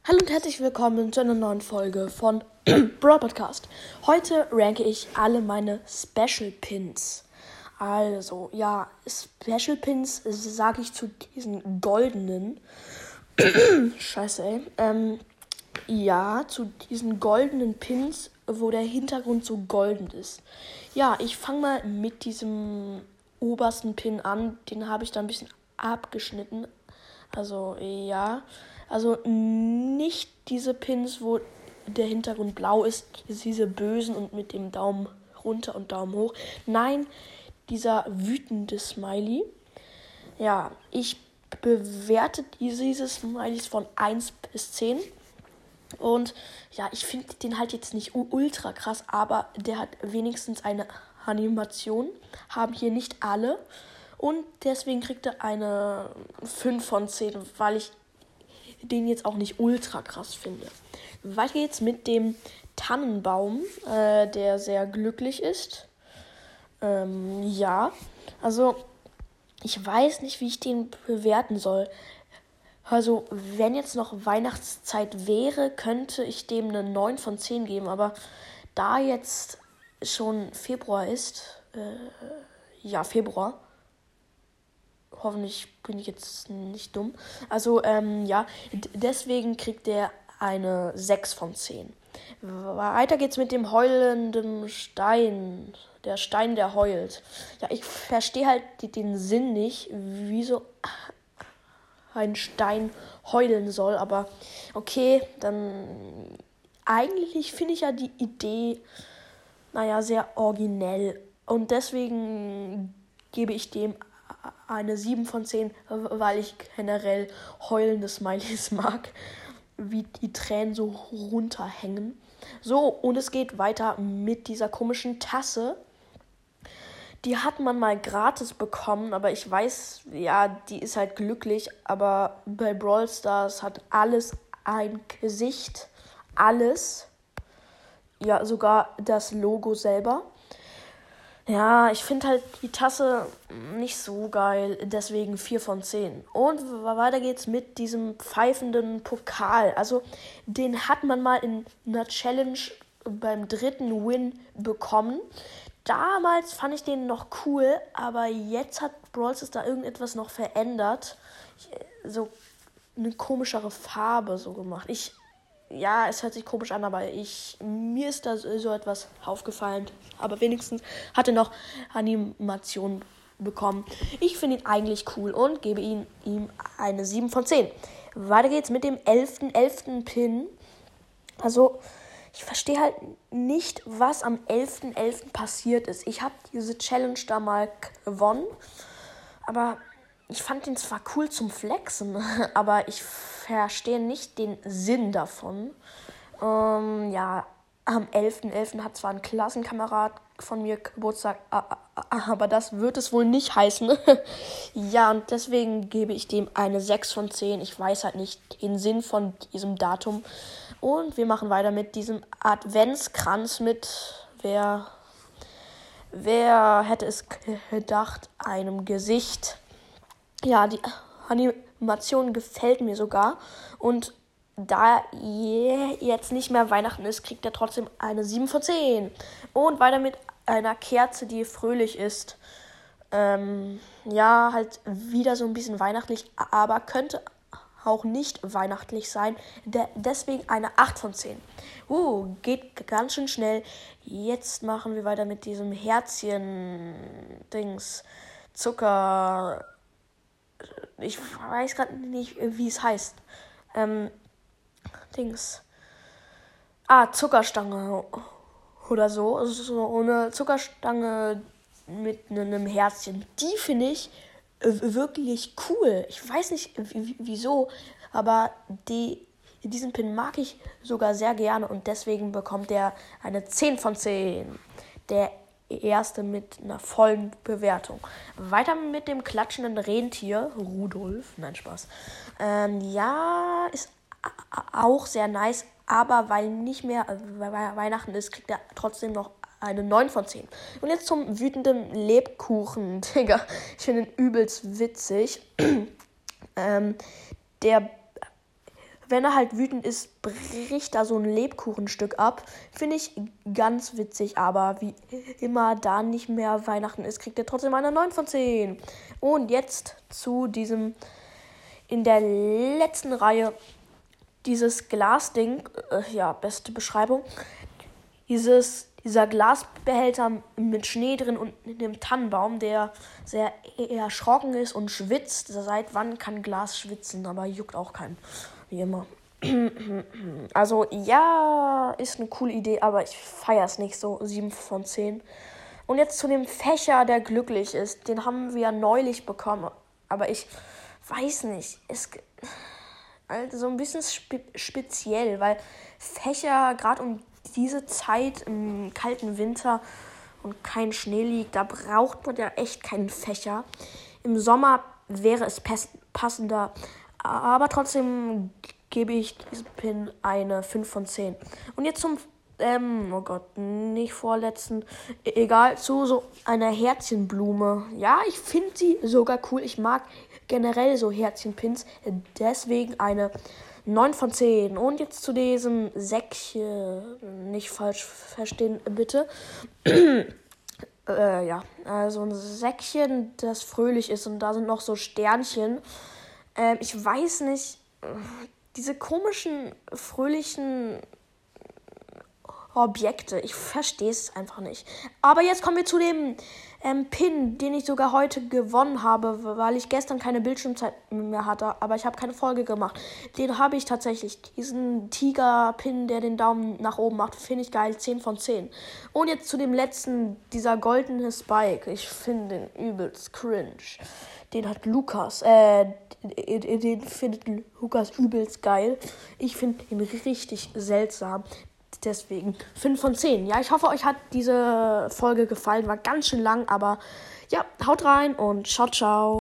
Hallo und herzlich willkommen zu einer neuen Folge von Brawl Podcast. Heute ranke ich alle meine Special Pins. Also, ja, Special Pins sage ich zu diesen goldenen. Scheiße, ey. Ja, zu diesen goldenen Pins, wo der Hintergrund so golden ist. Ja, ich fange mal mit diesem obersten Pin an. Den habe ich da ein bisschen abgeschnitten. Also, ja. Also nicht diese Pins, wo der Hintergrund blau ist, diese bösen und mit dem Daumen runter und Daumen hoch. Nein, dieser wütende Smiley. Ja, ich bewerte diese Smileys von 1 bis 10. Und ja, ich finde den halt jetzt nicht ultra krass, aber der hat wenigstens eine Animation. Haben hier nicht alle. Und deswegen kriegt er eine 5 von 10, weil ich den jetzt auch nicht ultra krass finde. Weiter geht's mit dem Tannenbaum, der sehr glücklich ist. Ja, also ich weiß nicht, wie ich den bewerten soll. Also, wenn jetzt noch Weihnachtszeit wäre, könnte ich dem eine 9 von 10 geben. Aber da jetzt schon Februar ist, Februar, hoffentlich bin ich jetzt nicht dumm. Also, ja, deswegen kriegt der eine 6 von 10. Weiter geht's mit dem heulenden Stein. Der Stein, der heult. Ja, ich verstehe halt den Sinn nicht, wieso ein Stein heulen soll. Aber okay, dann eigentlich finde ich ja die Idee, sehr originell. Und deswegen gebe ich dem eine 7 von 10, weil ich generell heulende Smileys mag, wie die Tränen so runterhängen. So, und es geht weiter mit dieser komischen Tasse. Die hat man mal gratis bekommen, aber ich weiß, ja, die ist halt glücklich, aber bei Brawl Stars hat alles ein Gesicht. Alles. Ja, sogar das Logo selber. Ja, ich finde halt die Tasse nicht so geil, deswegen 4 von 10. Und weiter geht's mit diesem pfeifenden Pokal. Also, den hat man mal in einer Challenge beim 3. Win bekommen. Damals fand ich den noch cool, aber jetzt hat Brawl Stars da irgendetwas noch verändert. So eine komischere Farbe so gemacht. Ja, es hört sich komisch an, aber mir ist da so etwas aufgefallen. Aber wenigstens hat er noch Animationen bekommen. Ich finde ihn eigentlich cool und gebe ihm eine 7 von 10. Weiter geht's mit dem 11.11. Pin. Also, ich verstehe halt nicht, was am 11.11. passiert ist. Ich habe diese Challenge da mal gewonnen, aber ich fand den zwar cool zum Flexen, aber ich verstehe nicht den Sinn davon. Am 11.11. hat zwar ein Klassenkamerad von mir Geburtstag, aber das wird es wohl nicht heißen. Ja, und deswegen gebe ich dem eine 6 von 10. Ich weiß halt nicht den Sinn von diesem Datum. Und wir machen weiter mit diesem Adventskranz mit, wer hätte es gedacht, einem Gesicht. Ja, die Animation gefällt mir sogar. Und da jetzt nicht mehr Weihnachten ist, kriegt er trotzdem eine 7 von 10. Und weiter mit einer Kerze, die fröhlich ist. Halt wieder so ein bisschen weihnachtlich, aber könnte auch nicht weihnachtlich sein. Deswegen eine 8 von 10. Geht ganz schön schnell. Jetzt machen wir weiter mit diesem Herzchen-Dings. Zucker. Ich weiß gerade nicht, wie es heißt. Zuckerstange oder so. Also so eine Zuckerstange mit einem Herzchen. Die finde ich wirklich cool. Ich weiß nicht wieso, aber diesen Pin mag ich sogar sehr gerne und deswegen bekommt er eine 10 von 10. Der erste mit einer vollen Bewertung. Weiter mit dem klatschenden Rentier, Rudolf. Nein, Spaß. Ist auch sehr nice, aber weil nicht mehr Weihnachten ist, kriegt er trotzdem noch eine 9 von 10. Und jetzt zum wütenden Lebkuchen, Digga. Ich finde ihn übelst witzig. Der wenn er halt wütend ist, bricht da so ein Lebkuchenstück ab. Finde ich ganz witzig, aber wie immer da nicht mehr Weihnachten ist, kriegt er trotzdem eine 9 von 10. Und jetzt zu diesem, in der letzten Reihe, dieses Glasding, beste Beschreibung, dieser Glasbehälter mit Schnee drin und einem Tannenbaum, der sehr erschrocken ist und schwitzt. Seit wann kann Glas schwitzen, aber juckt auch keinen, wie immer. Also ja, ist eine coole Idee, aber ich feiere es nicht so. 7 von 10. Und jetzt zu dem Fächer, der glücklich ist. Den haben wir ja neulich bekommen, aber ich weiß nicht. Also so ein bisschen speziell, weil Fächer gerade um diese Zeit im kalten Winter und kein Schnee liegt, da braucht man ja echt keinen Fächer. Im Sommer wäre es passender, aber trotzdem gebe ich diesem Pin eine 5 von 10. Und jetzt zum, nicht vorletzten, egal, zu so einer Herzchenblume. Ja, ich finde sie sogar cool. Ich mag generell so Herzchenpins, deswegen eine 9 von 10. Und jetzt zu diesem Säckchen, nicht falsch verstehen, bitte. Also ein Säckchen, das fröhlich ist und da sind noch so Sternchen. Ich weiß nicht, diese komischen, fröhlichen Objekte, ich verstehe es einfach nicht. Aber jetzt kommen wir zu dem Pin, den ich sogar heute gewonnen habe, weil ich gestern keine Bildschirmzeit mehr hatte, aber ich habe keine Folge gemacht. Den habe ich tatsächlich, diesen Tiger-Pin, der den Daumen nach oben macht, finde ich geil, 10 von 10. Und jetzt zu dem letzten, dieser goldene Spike, ich finde den übelst cringe. Den hat Lukas, den findet Lukas übelst geil. Ich finde ihn richtig seltsam. Deswegen 5 von 10. Ja, ich hoffe, euch hat diese Folge gefallen. War ganz schön lang, aber ja, haut rein und ciao, ciao.